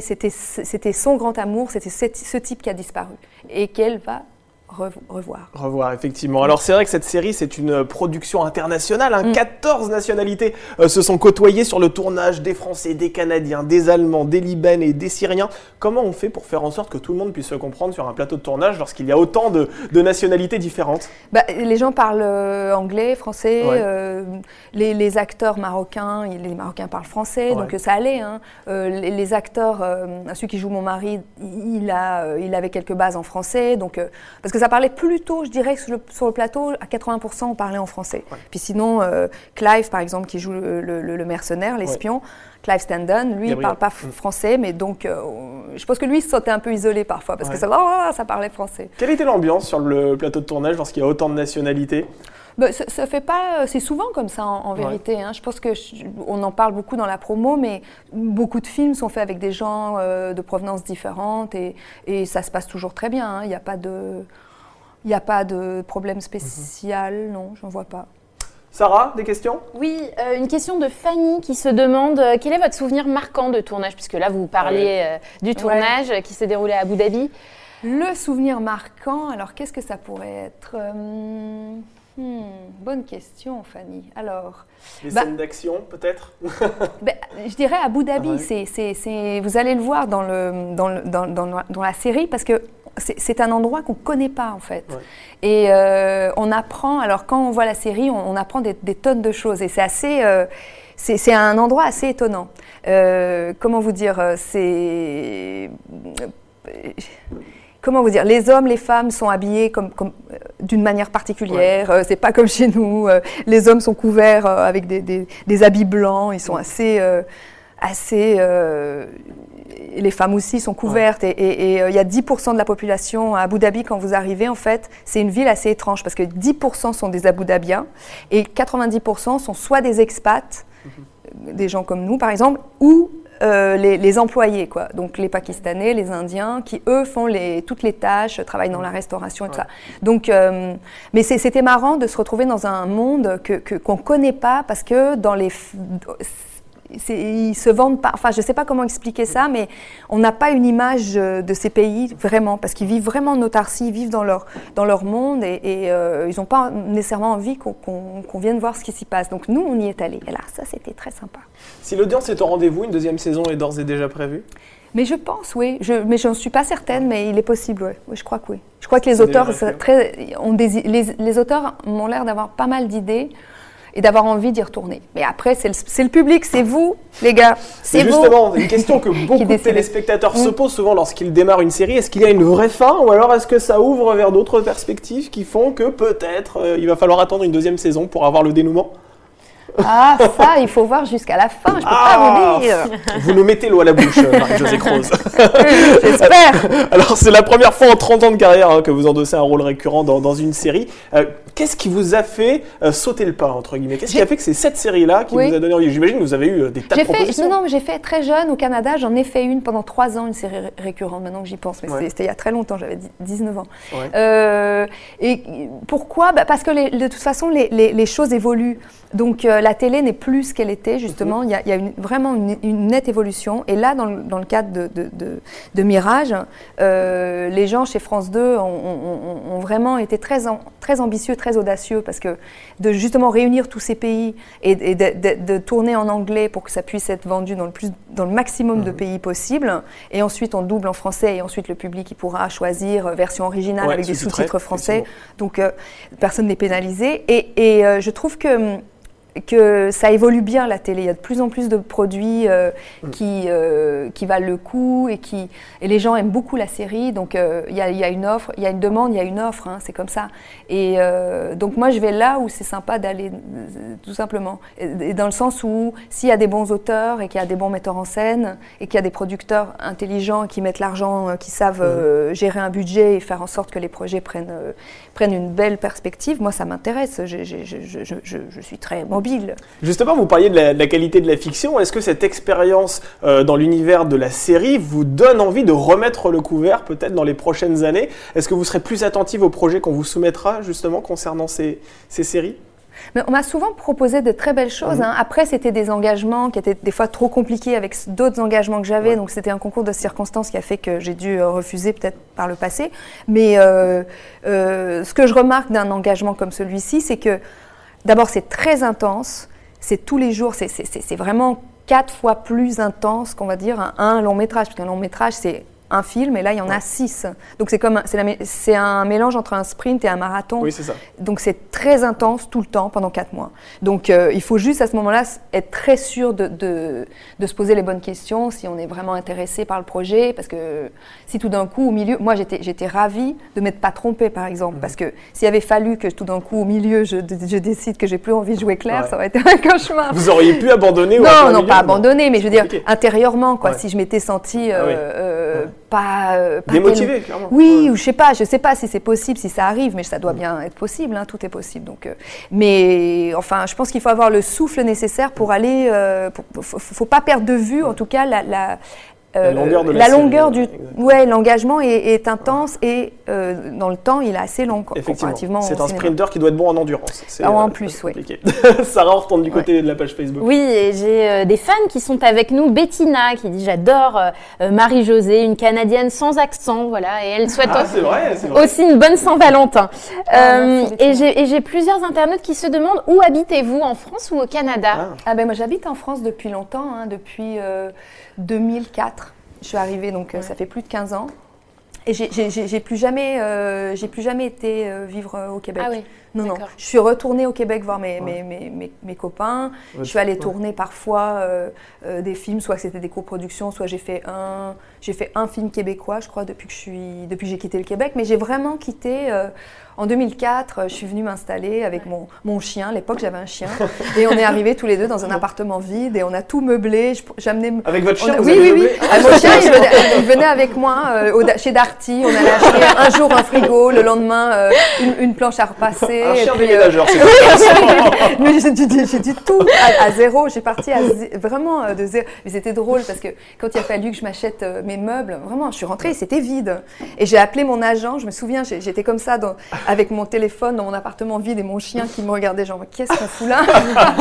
Speaker 2: son grand amour, c'était ce type qui a disparu et qu'elle va revoir.
Speaker 1: Revoir, effectivement. Alors c'est vrai que cette série, c'est une production internationale. Hein. Mm. quatorze nationalités euh, se sont côtoyées sur le tournage, des Français, des Canadiens, des Allemands, des Libanais, des Syriens. Comment on fait pour faire en sorte que tout le monde puisse se comprendre sur un plateau de tournage lorsqu'il y a autant de, de nationalités différentes?
Speaker 2: Bah, les gens parlent euh, anglais, français, ouais. euh, les, les acteurs marocains, les Marocains parlent français, ouais. donc ça allait. Hein. Euh, les, les acteurs, euh, celui qui joue mon mari, il, a, il avait quelques bases en français, donc, euh, parce que ça parlait plutôt, je dirais, sur le, sur le plateau, à quatre-vingts pour cent on parlait en français. Ouais. Puis sinon, euh, Clive, par exemple, qui joue le, le, le mercenaire, l'espion, ouais. Clive Standen, lui, Gabriel. il ne parle pas mmh. français, mais donc, euh, je pense que lui, il se sentait un peu isolé parfois, parce ouais. que ça, oh, ça parlait français.
Speaker 1: Quelle était l'ambiance sur le plateau de tournage lorsqu'il y a autant de nationalités?
Speaker 2: Ben, ça, ça fait pas, c'est souvent comme ça en, en vérité. Ouais. Hein. Je pense que je, on en parle beaucoup dans la promo, mais beaucoup de films sont faits avec des gens euh, de provenance différentes et, et ça se passe toujours très bien. Hein. Il n'y a pas de, il n'y a pas de problème spécial, mm-hmm. non, j'en vois pas.
Speaker 1: Sarah, des questions?
Speaker 3: Oui, euh, une question de Fanny qui se demande euh, quel est votre souvenir marquant de tournage, puisque là vous parlez euh, du tournage ouais. qui s'est déroulé à Abu Dhabi.
Speaker 2: Le souvenir marquant, alors qu'est-ce que ça pourrait être? euh, Hmm, bonne question, Fanny. Alors,
Speaker 1: les bah, scènes d'action, peut-être.
Speaker 2: bah, je dirais Abu Dhabi. Ah ouais. c'est, c'est, vous allez le voir dans, le, dans, le, dans, dans, dans la série parce que c'est un endroit qu'on ne connaît pas en fait. Ouais. Et euh, on apprend. Alors quand on voit la série, on, on apprend des, des tonnes de choses et c'est assez. Euh, c'est un endroit assez étonnant. Euh, comment vous dire? C'est Comment vous dire? Les hommes, les femmes sont habillés comme, comme, euh, d'une manière particulière. Ouais. Euh, c'est pas comme chez nous. Euh, les hommes sont couverts euh, avec des, des, des habits blancs. Ils sont ouais. assez, euh, assez. Euh, les femmes aussi sont couvertes. Ouais. Et il euh, y a dix pour cent de la population à Abu Dhabi quand vous arrivez. En fait, c'est une ville assez étrange parce que dix pour cent sont des Abu Dhabiens et quatre-vingt-dix pour cent sont soit des expats, mm-hmm. des gens comme nous par exemple, ou Euh, les, les employés, quoi. Donc les Pakistanais, les Indiens, qui eux font les, toutes les tâches, travaillent dans la restauration et tout ouais. ça. Donc, euh, mais c'était marrant de se retrouver dans un monde que, que, qu'on ne connaît pas parce que dans les, ils se vendent pas, enfin je ne sais pas comment expliquer ça, mais on n'a pas une image de ces pays vraiment, parce qu'ils vivent vraiment en autarcie, ils vivent dans leur, dans leur monde et, et euh, ils n'ont pas nécessairement envie qu'on qu'on, qu'on vienne voir ce qui s'y passe. Donc nous, on y est allés. Et là, ça, c'était très sympa.
Speaker 1: Si l'audience est au rendez-vous, une deuxième saison est d'ores et déjà prévue?
Speaker 2: Mais je pense, oui. Je, mais je n'en suis pas certaine, mais il est possible, oui. Oui, je crois que oui. Je crois que les auteurs, très, ont des, les, les auteurs ont l'air d'avoir pas mal d'idées et d'avoir envie d'y retourner. Mais après, c'est le, c'est le public, c'est vous, les gars. C'est vous.
Speaker 1: Justement, une question que beaucoup de téléspectateurs mmh. se posent souvent lorsqu'ils démarrent une série. Est-ce qu'il y a une vraie fin ou alors est-ce que ça ouvre vers d'autres perspectives qui font que peut-être euh, il va falloir attendre une deuxième saison pour avoir le dénouement?
Speaker 2: Ah, ça, il faut voir jusqu'à la fin, je peux ah, pas vous dire.
Speaker 1: Vous nous mettez l'eau à la bouche, Marie-Josée Croze.
Speaker 2: J'espère.
Speaker 1: Alors, c'est la première fois en trente ans de carrière hein, que vous endossez un rôle récurrent dans, dans une série. Euh, qu'est-ce qui vous a fait euh, sauter le pas, entre guillemets? Qu'est-ce qui a fait que c'est cette série-là qui oui. vous a donné envie? J'imagine que vous avez eu des tas de propositions.
Speaker 2: Fait, non, non, j'ai fait très jeune au Canada, j'en ai fait une pendant trois ans, une série récurrente, maintenant que j'y pense. Mais ouais. c'était il y a très longtemps, j'avais dix-neuf ans. Ouais. Euh, et pourquoi bah, parce que les, de toute façon, les, les, les choses évoluent. Donc, euh, la télé n'est plus ce qu'elle était, justement. Il y a, il y a une, vraiment une, une nette évolution. Et là, dans le, dans le cadre de, de, de, de Mirage, euh, les gens chez France deux ont, ont, ont vraiment été très, en, très ambitieux, très audacieux, parce que de justement réunir tous ces pays et, et de, de, de tourner en anglais pour que ça puisse être vendu dans le, plus, dans le maximum mmh. de pays possible. Et ensuite, on double en français et ensuite le public il pourra choisir version originale ouais, avec des sous-titres français. Donc, euh, personne n'est pénalisé. Et, et euh, je trouve que que ça évolue bien la télé, il y a de plus en plus de produits euh, mmh. qui, euh, qui valent le coup et, qui, et les gens aiment beaucoup la série, donc euh, il y a, il y a une offre, il y a une demande, il y a une offre, hein, c'est comme ça. Et euh, donc moi je vais là où c'est sympa d'aller, tout simplement, et, et dans le sens où s'il y a des bons auteurs et qu'il y a des bons metteurs en scène et qu'il y a des producteurs intelligents qui mettent l'argent, qui savent mmh. euh, gérer un budget et faire en sorte que les projets prennent, euh, prennent une belle perspective, moi ça m'intéresse, je, je, je, je, je, je suis très mobile.
Speaker 1: Justement, vous parliez de la, de la qualité de la fiction. Est-ce que cette expérience euh, dans l'univers de la série vous donne envie de remettre le couvert peut-être dans les prochaines années? Est-ce que vous serez plus attentive aux projets qu'on vous soumettra justement concernant ces, ces séries?
Speaker 2: Mais on m'a souvent proposé de très belles choses. Mmh. Hein. Après, c'était des engagements qui étaient des fois trop compliqués avec d'autres engagements que j'avais. Ouais. Donc, c'était un concours de circonstances qui a fait que j'ai dû refuser peut-être par le passé. Mais euh, euh, ce que je remarque d'un engagement comme celui-ci, c'est que d'abord, c'est très intense, c'est tous les jours, c'est, c'est, c'est vraiment quatre fois plus intense qu'on va dire un, un long métrage, parce qu'un long métrage, c'est un film, et là, il y en a six. Donc, c'est, comme, c'est, la, c'est un mélange entre un sprint et un marathon.
Speaker 1: Oui, c'est ça.
Speaker 2: Donc, c'est très intense tout le temps, pendant quatre mois. Donc, euh, il faut juste, à ce moment-là, être très sûr de, de, de se poser les bonnes questions, si on est vraiment intéressé par le projet, parce que si tout d'un coup, au milieu... Moi, j'étais, j'étais ravie de ne m'être pas trompée, par exemple, mmh. parce que s'il avait fallu que tout d'un coup, au milieu, je, je décide que j'ai plus envie de jouer Claire, ouais. ça aurait été un cauchemar.
Speaker 1: Vous auriez pu abandonner?
Speaker 2: Non, ou non, pas abandonner, mais je veux dire, okay. intérieurement, quoi, ouais. si je m'étais sentie... Euh, ah oui. euh, ouais. Pas, euh, pas
Speaker 1: démotivé,
Speaker 2: quel...
Speaker 1: clairement.
Speaker 2: Oui, ouais. ou je sais pas, je sais pas si c'est possible, si ça arrive, mais ça doit bien être possible, hein, tout est possible. Donc, euh, mais enfin, je pense qu'il faut avoir le souffle nécessaire pour aller. Euh, pour, faut, faut pas perdre de vue, en tout cas, la. la
Speaker 1: Euh, la longueur, de la
Speaker 2: la
Speaker 1: série,
Speaker 2: longueur du, ouais, l'engagement est, est intense ouais. et euh, dans le temps, il est assez long. Quoi,
Speaker 1: effectivement, c'est un sprinter qui doit être bon en endurance. C'est,
Speaker 2: ah, en
Speaker 1: euh,
Speaker 2: plus, oui.
Speaker 1: Sarah, on retourne du côté ouais. de la page Facebook.
Speaker 3: Oui, et j'ai euh, des fans qui sont avec nous. Bettina qui dit j'adore euh, Marie-Josée, une Canadienne sans accent, voilà, et elle souhaite
Speaker 1: ah,
Speaker 3: aussi,
Speaker 1: c'est vrai, c'est vrai.
Speaker 3: aussi une bonne Saint-Valentin. Ah, euh, et, j'ai, et j'ai plusieurs internautes qui se demandent où habitez-vous, en France ou au Canada?
Speaker 2: Ah, ah ben moi j'habite en France depuis longtemps, hein, depuis euh, deux mille quatre. Je suis arrivée, donc ouais. ça fait plus de quinze ans. Et j'ai, j'ai, j'ai, plus, jamais, euh, j'ai plus jamais été euh, vivre euh, au Québec.
Speaker 3: Ah oui,
Speaker 2: non,
Speaker 3: d'accord.
Speaker 2: non. Je suis retournée au Québec voir mes, ouais. mes, mes, mes, mes copains. Ouais. Je suis allée ouais. tourner parfois euh, euh, des films, soit c'était des coproductions, soit j'ai fait un, j'ai fait un film québécois, je crois, depuis que, je suis, depuis que j'ai quitté le Québec. Mais j'ai vraiment quitté... Euh, en deux mille quatre, je suis venue m'installer avec mon, mon chien. À l'époque, j'avais un chien. Et on est arrivés tous les deux dans un appartement vide et on a tout meublé. J'amenais...
Speaker 1: Avec votre chien,
Speaker 2: on,
Speaker 1: vous
Speaker 2: oui,
Speaker 1: avez
Speaker 2: oui,
Speaker 1: meublé
Speaker 2: oui. Ah, mon chien, il venait, il venait avec moi euh, au, chez Darty. On allait acheter un jour un frigo, le lendemain euh, une, une planche à repasser.
Speaker 1: Un chien
Speaker 2: puis,
Speaker 1: déménageur, c'est
Speaker 2: Mais j'ai, j'ai, j'ai dit tout à, à zéro. J'ai parti à zé, vraiment euh, de zéro. Mais c'était drôle parce que quand il a fallu que je m'achète euh, mes meubles. Vraiment, je suis rentrée, c'était vide. Et j'ai appelé mon agent. Je me souviens, j'étais comme ça dans, avec mon téléphone dans mon appartement vide et mon chien qui me regardait genre qu'est-ce qu'on fout là.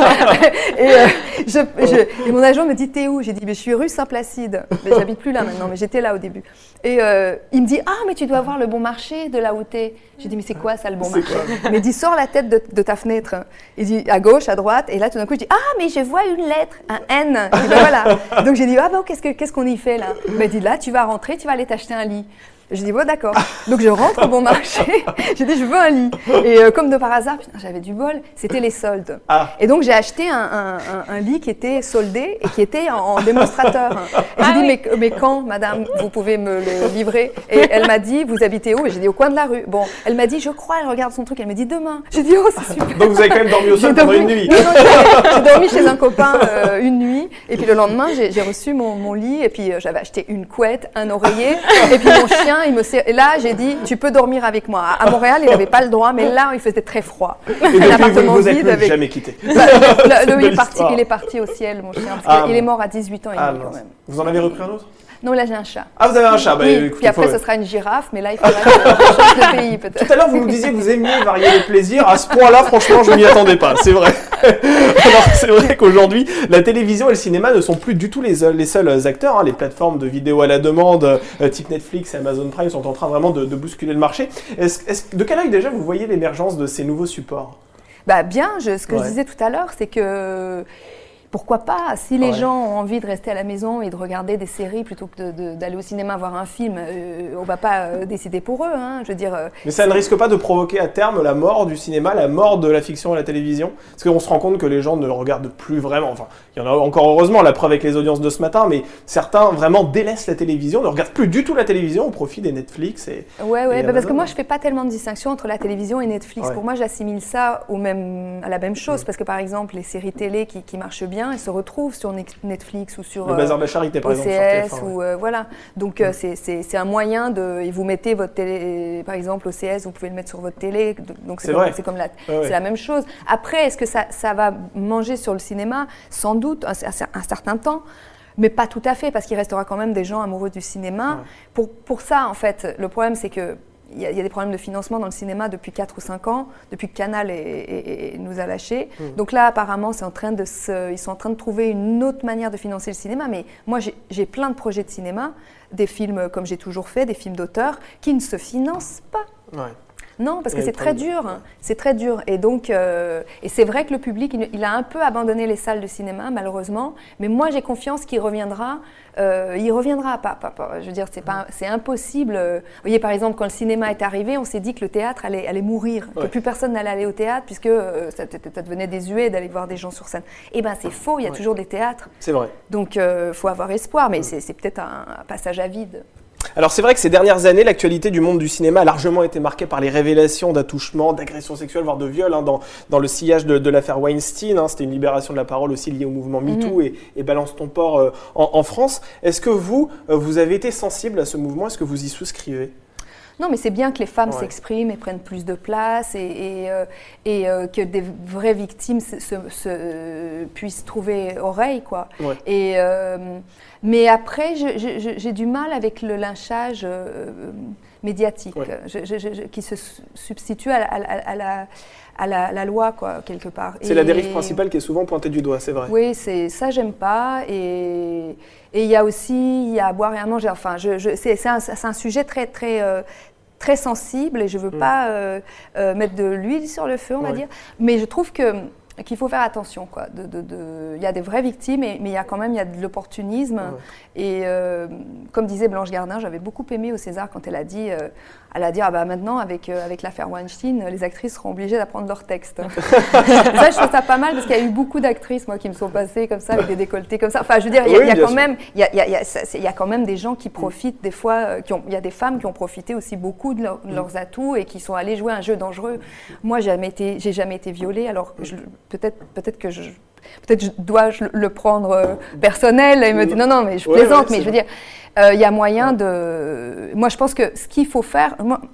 Speaker 2: et, euh, je, je, et mon agent me dit t'es où? J'ai dit mais je suis rue Saint-Placide. Mais j'habite plus là maintenant, mais j'étais là au début. Et euh, il me dit ah mais tu dois voir le Bon Marché de là où t'es. J'ai dit mais c'est quoi ça le Bon Marché? Il me dit sors la tête de, de ta fenêtre. Il dit à gauche, à droite. Et là tout d'un coup je dis ah mais je vois une lettre, un N. Et ben voilà. Donc j'ai dit ah bon qu'est-ce que qu'est-ce qu'on y fait là? Il m'a dit là tu vas rentrer, tu vas aller t'acheter un lit. J'ai dit, bon, d'accord. Donc, je rentre au Bon Marché. J'ai dit, je veux un lit. Et euh, comme de par hasard, putain, j'avais du bol, c'était les soldes. Ah. Et donc, j'ai acheté un, un, un, un lit qui était soldé et qui était en, en démonstrateur. Et j'ai ah, dit, oui. mais, mais quand, madame, vous pouvez me le livrer? Et elle m'a dit, vous habitez où? Et j'ai dit, au coin de la rue. Bon, elle m'a dit, je crois, elle regarde son truc. Elle me dit, demain. J'ai dit, oh, c'est super.
Speaker 1: Donc, vous avez quand même dormi au sol pendant une nuit?
Speaker 2: Non, non, j'ai dormi chez un copain euh, une nuit. Et puis, le lendemain, j'ai reçu mon, mon lit. Et puis, euh, j'avais acheté une couette, un oreiller. Et puis, mon chien, il me sert... Et là, j'ai dit, tu peux dormir avec moi. À Montréal, il n'avait pas le droit, mais là, il faisait très froid.
Speaker 1: Et depuis, vous vous êtes avec... jamais quitté.
Speaker 2: Bah, le, le, il, est parti, il est parti au ciel, mon chien. Parce ah, il bon. est mort à dix-huit ans et ah, demi, quand même.
Speaker 1: Vous en avez repris un autre?
Speaker 2: Non, là, j'ai un chat.
Speaker 1: Ah, vous avez un chat? Bah,
Speaker 2: oui,
Speaker 1: écoutez,
Speaker 2: puis après,
Speaker 1: faut...
Speaker 2: ce sera une girafe, mais là, il faudra que je change de pays, peut-être.
Speaker 1: Tout à l'heure, vous nous disiez que vous aimiez varier les plaisirs. À ce point-là, franchement, je ne m'y attendais pas, c'est vrai. Alors, c'est vrai qu'aujourd'hui, la télévision et le cinéma ne sont plus du tout les, les seuls acteurs. Hein. Les plateformes de vidéo à la demande, euh, type Netflix et Amazon Prime, sont en train vraiment de, de bousculer le marché. Est-ce, est-ce, de quel œil, déjà, vous voyez l'émergence de ces nouveaux supports?
Speaker 2: Bah, bien, je, ce que ouais. je disais tout à l'heure, c'est que... Pourquoi pas? Si les ouais. gens ont envie de rester à la maison et de regarder des séries plutôt que d'aller au cinéma voir un film, euh, on ne va pas euh, décider pour eux. Hein, je veux dire, euh,
Speaker 1: mais ça ne risque pas de provoquer à terme la mort du cinéma, la mort de la fiction et la télévision? Parce qu'on se rend compte que les gens ne regardent plus vraiment. Enfin, il y en a encore heureusement, la preuve avec les audiences de ce matin, mais certains vraiment délaissent la télévision, ne regardent plus du tout la télévision au profit des Netflix. Et,
Speaker 2: ouais, ouais,
Speaker 1: et
Speaker 2: bah parce que moi, je ne fais pas tellement de distinction entre la télévision et Netflix.
Speaker 1: Ouais.
Speaker 2: Pour moi, j'assimile ça au même, à la même chose. Mmh. Parce que par exemple, les séries télé qui, qui marchent bien, elles se retrouvent sur Netflix ou sur
Speaker 1: le bazar de la charité par
Speaker 2: O C S
Speaker 1: exemple sur T F un,
Speaker 2: ou
Speaker 1: ouais.
Speaker 2: euh, voilà. Donc euh, c'est c'est un moyen de et vous mettez votre télé par exemple O C S, vous pouvez le mettre sur votre télé. Donc c'est comme, comme la ouais, c'est la même chose. Après est-ce que ça ça va manger sur le cinéma? Sans doute un, un certain temps. Mais pas tout à fait, parce qu'il restera quand même des gens amoureux du cinéma. Ouais. Pour, pour ça, en fait, le problème, c'est que il y, y a des problèmes de financement dans le cinéma depuis quatre ou cinq ans, depuis que Canal est, est, est, nous a lâchés. Mmh. Donc là, apparemment, c'est en train de se, ils sont en train de trouver une autre manière de financer le cinéma. Mais moi, j'ai plein de projets de cinéma, des films comme j'ai toujours fait, des films d'auteur, qui ne se financent pas. Ouais. Non, parce que c'est très dur, hein. C'est très dur. Et donc, euh, et c'est vrai que le public, il, il a un peu abandonné les salles de cinéma, malheureusement. Mais moi, j'ai confiance qu'il reviendra. Euh, il reviendra. Pas, pas, pas, je veux dire, c'est pas, c'est impossible. Vous voyez, par exemple, quand le cinéma est arrivé, on s'est dit que le théâtre allait, allait mourir, ouais. que plus personne n'allait aller au théâtre, puisque euh, ça, ça devenait désuet d'aller voir des gens sur scène. Eh bien, c'est faux. Il y a ouais. toujours des théâtres.
Speaker 1: C'est vrai.
Speaker 2: Donc, il euh, faut avoir espoir, mais ouais. c'est peut-être un, un passage à vide.
Speaker 1: Alors c'est vrai que ces dernières années, l'actualité du monde du cinéma a largement été marquée par les révélations d'attouchements, d'agressions sexuelles, voire de viols, hein, dans, dans le sillage de, de l'affaire Weinstein. Hein, c'était une libération de la parole aussi liée au mouvement MeToo mm-hmm. et, et Balance ton porc euh, en, en France. Est-ce que vous, euh, vous avez été sensible à ce mouvement? Est-ce que vous y souscrivez?
Speaker 2: Non, mais c'est bien que les femmes ouais. s'expriment et prennent plus de place et, et, euh, et euh, que des vraies victimes se, se, se, euh, puissent trouver oreille, quoi. Ouais. Et, euh, mais après, j'ai du mal avec le lynchage euh, médiatique ouais. je, je, je, qui se substitue à la, à, à la, à la, la loi, quoi, quelque part.
Speaker 1: C'est la dérive principale qui est souvent pointée du doigt, c'est vrai.
Speaker 2: Oui, ça, j'aime pas. Et il y a aussi, il y a à boire et à manger. Enfin, je, je, c'est un, un sujet très, très, euh, très sensible et je veux mmh. pas euh, euh, mettre de l'huile sur le feu, on ouais. va dire. Mais je trouve que qu'il faut faire attention, quoi. De, de, de, il y a des vraies victimes, et, mais il y a quand même il y a de l'opportunisme. Ouais. Et euh, comme disait Blanche Gardin, j'avais beaucoup aimé au César quand elle a dit, euh, elle a dit ah bah maintenant avec euh, avec l'affaire Weinstein, les actrices seront obligées d'apprendre leur texte. Ça, je trouve ça pas mal parce qu'il y a eu beaucoup d'actrices, moi, qui me sont passées comme ça avec des décolletés comme ça. Enfin, je veux dire, il y a, oui, il y a quand sûr. même, il y a, il y a, il y a, il y a quand même des gens qui profitent des fois, euh, qui ont, il y a des femmes qui ont profité aussi beaucoup de, leur, de leurs atouts et qui sont allées jouer un jeu dangereux. Moi, j'ai jamais été, j'ai jamais été violée, alors je, peut-être, peut-être que je Peut-être je, dois-je le prendre euh, personnel et me dire non, non, mais je plaisante, ouais, ouais, mais je veux dire, il euh, y a moyen de. Moi, je pense que ce qu'il faut faire,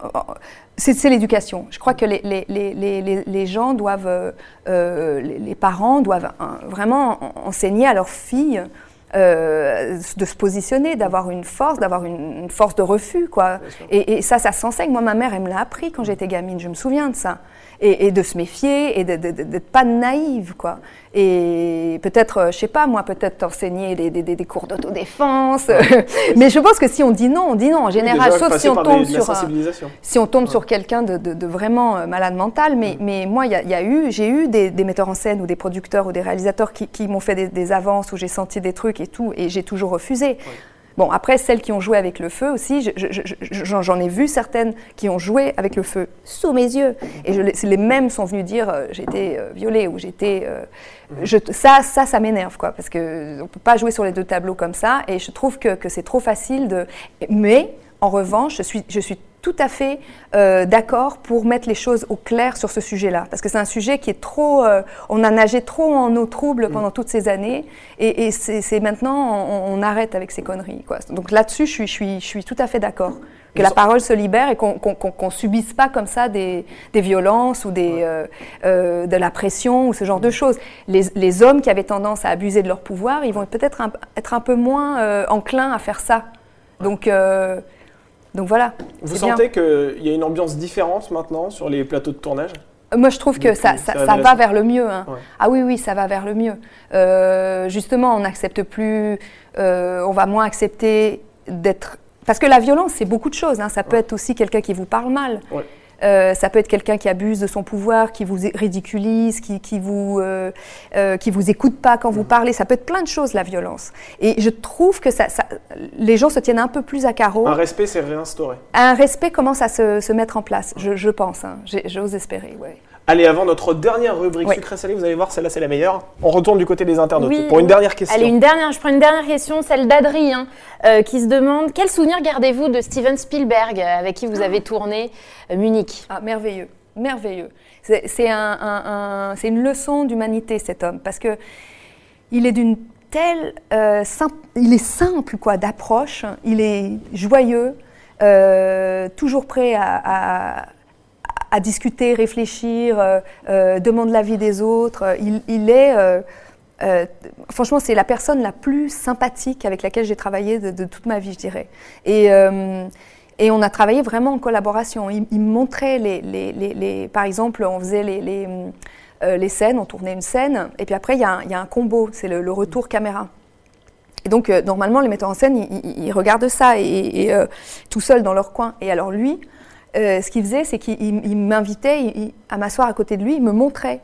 Speaker 2: c'est l'éducation. Je crois que les, les, les, les, les gens doivent, euh, les, les parents doivent hein, vraiment enseigner à leurs filles euh, de se positionner, d'avoir une force, d'avoir une, une force de refus, quoi. Et, et ça, ça s'enseigne. Moi, ma mère, elle me l'a appris quand j'étais gamine, je me souviens de ça. Et, et de se méfier et d'être pas naïve, quoi. Et peut-être, je sais pas, moi, peut-être enseigner des, des, des cours d'autodéfense. Ouais. Mais je pense que si on dit non, on dit non en général, oui, sauf si on, des, sur, un, si on tombe ouais. sur quelqu'un de, de, de vraiment malade mental. Mais, mmh. mais moi, il y, y a eu, j'ai eu des, des metteurs en scène ou des producteurs ou des réalisateurs qui, qui m'ont fait des, des avances où j'ai senti des trucs et tout, et j'ai toujours refusé. Ouais. Bon, après, celles qui ont joué avec le feu aussi, je, je, je, j'en ai vu certaines qui ont joué avec le feu sous mes yeux. Et je, les mêmes sont venus dire euh, j'ai été euh, violée ou j'étais. Euh, je, ça, ça, ça m'énerve, quoi, parce qu'on ne peut pas jouer sur les deux tableaux comme ça. Et je trouve que, que c'est trop facile de. Mais, en revanche, je suis, je suis tout à fait euh, d'accord pour mettre les choses au clair sur ce sujet-là. Parce que c'est un sujet qui est trop... Euh, on a nagé trop en eau trouble pendant toutes ces années. Et, et c'est, c'est maintenant, on, on arrête avec ces conneries, quoi. Donc là-dessus, je suis, je suis, je suis tout à fait d'accord. Que la parole se libère et qu'on qu'on, qu'on, qu'on subisse pas comme ça des, des violences ou des, euh, euh, de la pression ou ce genre de choses. Les, les hommes qui avaient tendance à abuser de leur pouvoir, ils vont peut-être un, être un peu moins euh, enclins à faire ça. Donc... Euh, Donc voilà.
Speaker 1: Vous sentez qu'il y a une ambiance différente maintenant sur les plateaux de tournage ?
Speaker 2: Moi, je trouve que ça, ça, ça va vers le mieux. Hein. Ouais. Ah oui, oui, ça va vers le mieux. Euh, justement, on n'accepte plus, euh, on va moins accepter d'être... Parce que la violence, c'est beaucoup de choses. Hein. Ça peut ouais. être aussi quelqu'un qui vous parle mal. Ouais. Euh, ça peut être quelqu'un qui abuse de son pouvoir, qui vous ridiculise, qui, qui vous euh, euh, qui vous écoute pas quand mmh. vous parlez. Ça peut être plein de choses, la violence. Et je trouve que ça, ça, les gens se tiennent un peu plus à carreau.
Speaker 1: Un respect s'est réinstauré.
Speaker 2: Un respect commence à se, se mettre en place, je, je pense. Hein. J'ose espérer, ouais.
Speaker 1: Allez, avant notre dernière rubrique oui. sucré-salé, vous allez voir, celle-là c'est la meilleure. On retourne du côté des internautes
Speaker 3: oui.
Speaker 1: pour une dernière question.
Speaker 3: Allez, une dernière, je prends une dernière question, celle d'Adrien, euh, qui se demande quel souvenir gardez-vous de Steven Spielberg, avec qui vous avez tourné euh, Munich ?
Speaker 2: Ah, merveilleux, merveilleux. C'est, c'est, un, un, un, c'est une leçon d'humanité, cet homme, parce que il est d'une telle, euh, simple, il est simple quoi, d'approche, il est joyeux, euh, toujours prêt à, à à discuter, réfléchir, euh, euh, demande l'avis des autres. Il, il est, euh, euh, franchement, c'est la personne la plus sympathique avec laquelle j'ai travaillé de, de toute ma vie, je dirais. Et, euh, et on a travaillé vraiment en collaboration. Il, il me montrait, les, les, les, les, par exemple, on faisait les, les, euh, les scènes, on tournait une scène, et puis après, il y a un, il y a un combo, c'est le, le retour caméra. Et donc, euh, normalement, les metteurs en scène, ils, ils, ils regardent ça, et, et euh, tout seuls dans leur coin. Et alors lui... Euh, ce qu'il faisait, c'est qu'il il, il m'invitait il, à m'asseoir à côté de lui, il me montrait.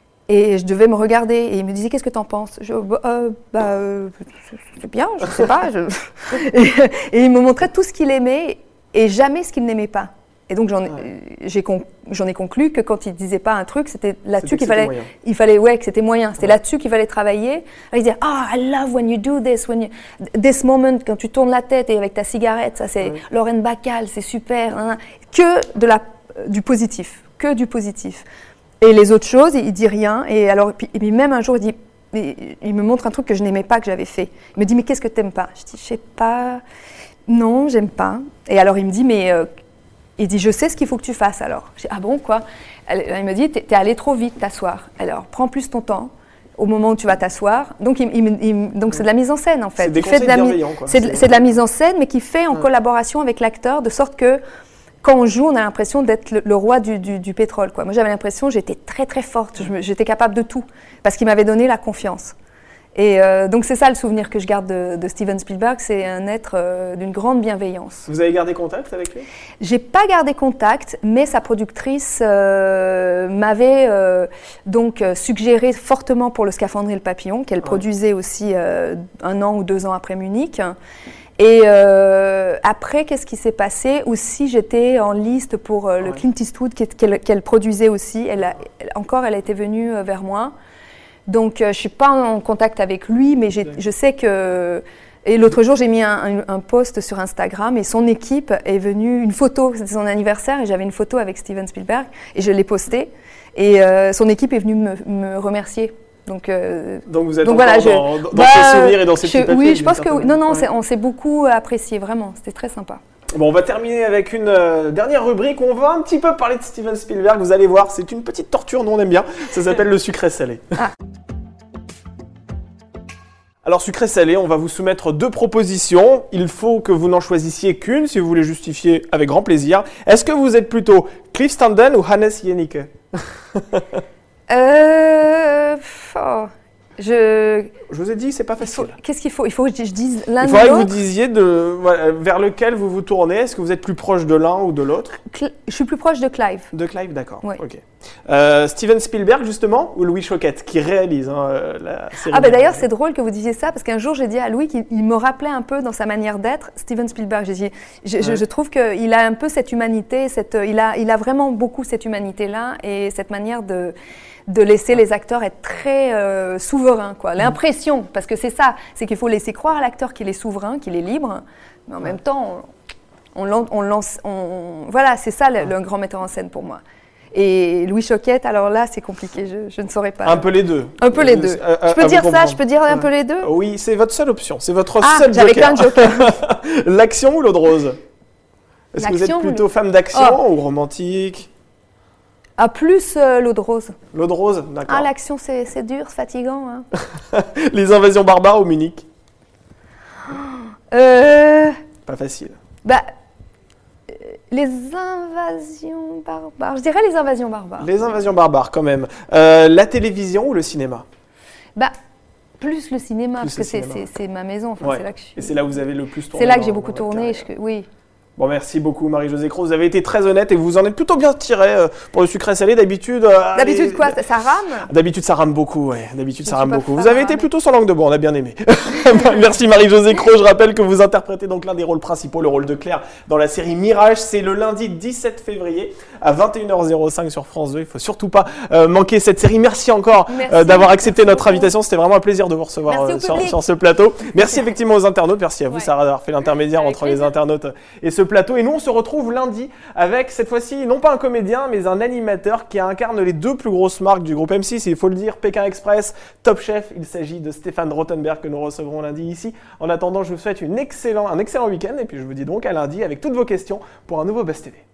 Speaker 2: Et je devais me regarder. Et il me disait, qu'est-ce que t'en penses ? Je, euh, bah, euh, c'est bien, je sais pas. Je... et, et il me montrait tout ce qu'il aimait et jamais ce qu'il n'aimait pas. Et donc, j'en, ouais. j'ai con, j'en ai conclu que quand il disait pas un truc, c'était là-dessus c'était qu'il fallait, moyen. il fallait, ouais, que c'était moyen. C'était ouais. là-dessus qu'il fallait travailler. Alors, il disait, ah, oh, I love when you do this, when you, this moment, quand tu tournes la tête et avec ta cigarette, ça c'est ouais. Lauren Bacall, c'est super. Hein, que de la, du positif, que du positif. Et les autres choses, il, il dit rien. Et alors, puis, et puis même un jour, il dit, il, il me montre un truc que je n'aimais pas, que j'avais fait. Il me dit, mais qu'est-ce que t'aimes pas ? Je dis, je sais pas. Non, j'aime pas. Et alors, il me dit, mais euh, il dit, je sais ce qu'il faut que tu fasses alors. Je dis, ah bon, quoi ? Il me dit, t'es, t'es allé trop vite t'asseoir. Alors, prends plus ton temps au moment où tu vas t'asseoir. Donc, il, il, il, donc c'est de la mise en scène, en fait.
Speaker 1: C'est des conseils bienveillants, quoi.
Speaker 2: C'est de, c'est de la mise en scène, mais qui fait en ouais. collaboration avec l'acteur, de sorte que quand on joue, on a l'impression d'être le, le roi du, du, du pétrole, quoi. Moi, j'avais l'impression que j'étais très, très forte. Je me, j'étais capable de tout, parce qu'il m'avait donné la confiance. Et euh, donc, c'est ça le souvenir que je garde de, de Steven Spielberg. C'est un être euh, d'une grande bienveillance.
Speaker 1: Vous avez gardé contact avec lui ?
Speaker 2: J'ai pas gardé contact, mais sa productrice euh, m'avait euh, donc suggéré fortement pour Le Scaphandre et le Papillon, qu'elle ouais. produisait aussi euh, un an ou deux ans après Munich. Et euh, après, qu'est-ce qui s'est passé ? Aussi, j'étais en liste pour euh, le ouais. Clint Eastwood qu'elle, qu'elle produisait aussi. Elle a, elle, encore, elle était venue euh, vers moi. Donc, euh, je ne suis pas en contact avec lui, mais j'ai, je sais que... Et l'autre jour, j'ai mis un, un, un post sur Instagram et son équipe est venue, une photo, c'était son anniversaire, et j'avais une photo avec Steven Spielberg, et je l'ai postée. Et euh, son équipe est venue me, me remercier. Donc, euh,
Speaker 1: donc vous êtes
Speaker 2: donc
Speaker 1: encore
Speaker 2: voilà,
Speaker 1: dans,
Speaker 2: je,
Speaker 1: dans
Speaker 2: bah,
Speaker 1: ces souvenirs et dans ces
Speaker 2: je,
Speaker 1: petits papiers.
Speaker 2: Oui, je pense que non, non,
Speaker 1: ouais.
Speaker 2: on s'est beaucoup apprécié, vraiment. C'était très sympa.
Speaker 1: Bon, on va terminer avec une euh, dernière rubrique où on va un petit peu parler de Steven Spielberg. Vous allez voir, c'est une petite torture, nous on aime bien. Ça s'appelle le sucré salé. Ah. Alors sucré-salé, on va vous soumettre deux propositions. Il faut que vous n'en choisissiez qu'une si vous voulez justifier avec grand plaisir. Est-ce que vous êtes plutôt Cliff Standen ou Hannes Jennecke?
Speaker 2: euh... oh. Je...
Speaker 1: je vous ai dit, c'est pas facile.
Speaker 2: Qu'est-ce qu'il faut? Il faut que je dise l'un ou l'autre.
Speaker 1: Il faudrait que vous disiez de, voilà, vers lequel vous vous tournez. Est-ce que vous êtes plus proche de l'un ou de l'autre?
Speaker 2: Cl Je suis plus proche de Clive.
Speaker 1: De Clive, d'accord.
Speaker 2: Oui.
Speaker 1: Okay. Euh, Steven Spielberg, justement, ou Louis Choquette, qui réalise hein, la série?
Speaker 2: Ah bah d'ailleurs, c'est drôle que vous disiez ça, parce qu'un jour, j'ai dit à Louis qu'il me rappelait un peu dans sa manière d'être Steven Spielberg. J'ai dit, je, ouais. je, je trouve qu'il a un peu cette humanité, cette, il, a, il a vraiment beaucoup cette humanité-là, et cette manière de... de laisser les acteurs être très euh, souverains, quoi. L'impression, parce que c'est ça, c'est qu'il faut laisser croire à l'acteur qu'il est souverain, qu'il est libre, mais en ouais. même temps, on, on, on lance, on, voilà, c'est ça le, le grand metteur en scène pour moi. Et Louis Choquette, alors là, c'est compliqué, je, je ne saurais pas.
Speaker 1: Un peu les deux.
Speaker 2: Un peu les deux.
Speaker 1: Euh,
Speaker 2: je peux dire ça, je peux dire un peu les deux.
Speaker 1: Oui, c'est votre seule option, c'est votre
Speaker 2: ah,
Speaker 1: seul
Speaker 2: joker.
Speaker 1: joker.
Speaker 2: Ah, j'avais plein de jokers.
Speaker 1: L'action ou l'eau de rose? Est-ce que vous êtes plutôt le... femme d'action oh. ou romantique?
Speaker 2: Ah, plus euh, l'eau de rose.
Speaker 1: L'eau de rose, d'accord.
Speaker 2: Ah, l'action, c'est dur, c'est fatigant. Hein.
Speaker 1: Les invasions barbares ou Munich?
Speaker 2: euh...
Speaker 1: Pas facile.
Speaker 2: Bah, euh, les invasions barbares. Je dirais les invasions barbares.
Speaker 1: Les invasions barbares, quand même. Euh, la télévision ou le cinéma?
Speaker 2: Bah, plus le cinéma,
Speaker 1: plus
Speaker 2: parce
Speaker 1: le
Speaker 2: que c'est ma maison. Enfin,
Speaker 1: ouais.
Speaker 2: là que je suis...
Speaker 1: Et c'est là où vous avez le plus tourné?
Speaker 2: C'est là que j'ai beaucoup tourné. Je... Oui.
Speaker 1: Bon, merci beaucoup Marie-Josée Cros, vous avez été très honnête et vous en êtes plutôt bien tiré euh, pour le sucré salé. D'habitude... Euh,
Speaker 2: D'habitude
Speaker 1: les...
Speaker 2: quoi? Ça rame?
Speaker 1: D'habitude ça rame beaucoup, ouais. D'habitude ça rame beaucoup. Vous avez
Speaker 2: ramer.
Speaker 1: été plutôt sur langue de bois, on a bien aimé. Merci Marie-Josée Cros, je rappelle que vous interprétez donc l'un des rôles principaux, le rôle de Claire, dans la série Mirage. C'est le lundi dix-sept février à vingt et une heures zéro cinq sur France deux. Il ne faut surtout pas euh, manquer cette série. Merci encore euh, d'avoir accepté notre invitation. C'était vraiment un plaisir de vous recevoir euh, sur, sur ce plateau. Merci effectivement aux internautes. Merci à vous ouais. Sarah d'avoir fait l'intermédiaire entre plaisir. les internautes et ce plateau. Et nous on se retrouve retrouve lundi avec cette fois-ci non pas un comédien mais un animateur qui incarne les deux plus grosses marques du groupe M six, il faut le dire, Pékin Express, Top Chef. Il s'agit de Stéphane Rothenberg que nous recevrons lundi ici. En attendant, je vous souhaite une excellent, un excellent week-end et puis je vous dis donc à lundi avec toutes vos questions pour un nouveau Buzz T V.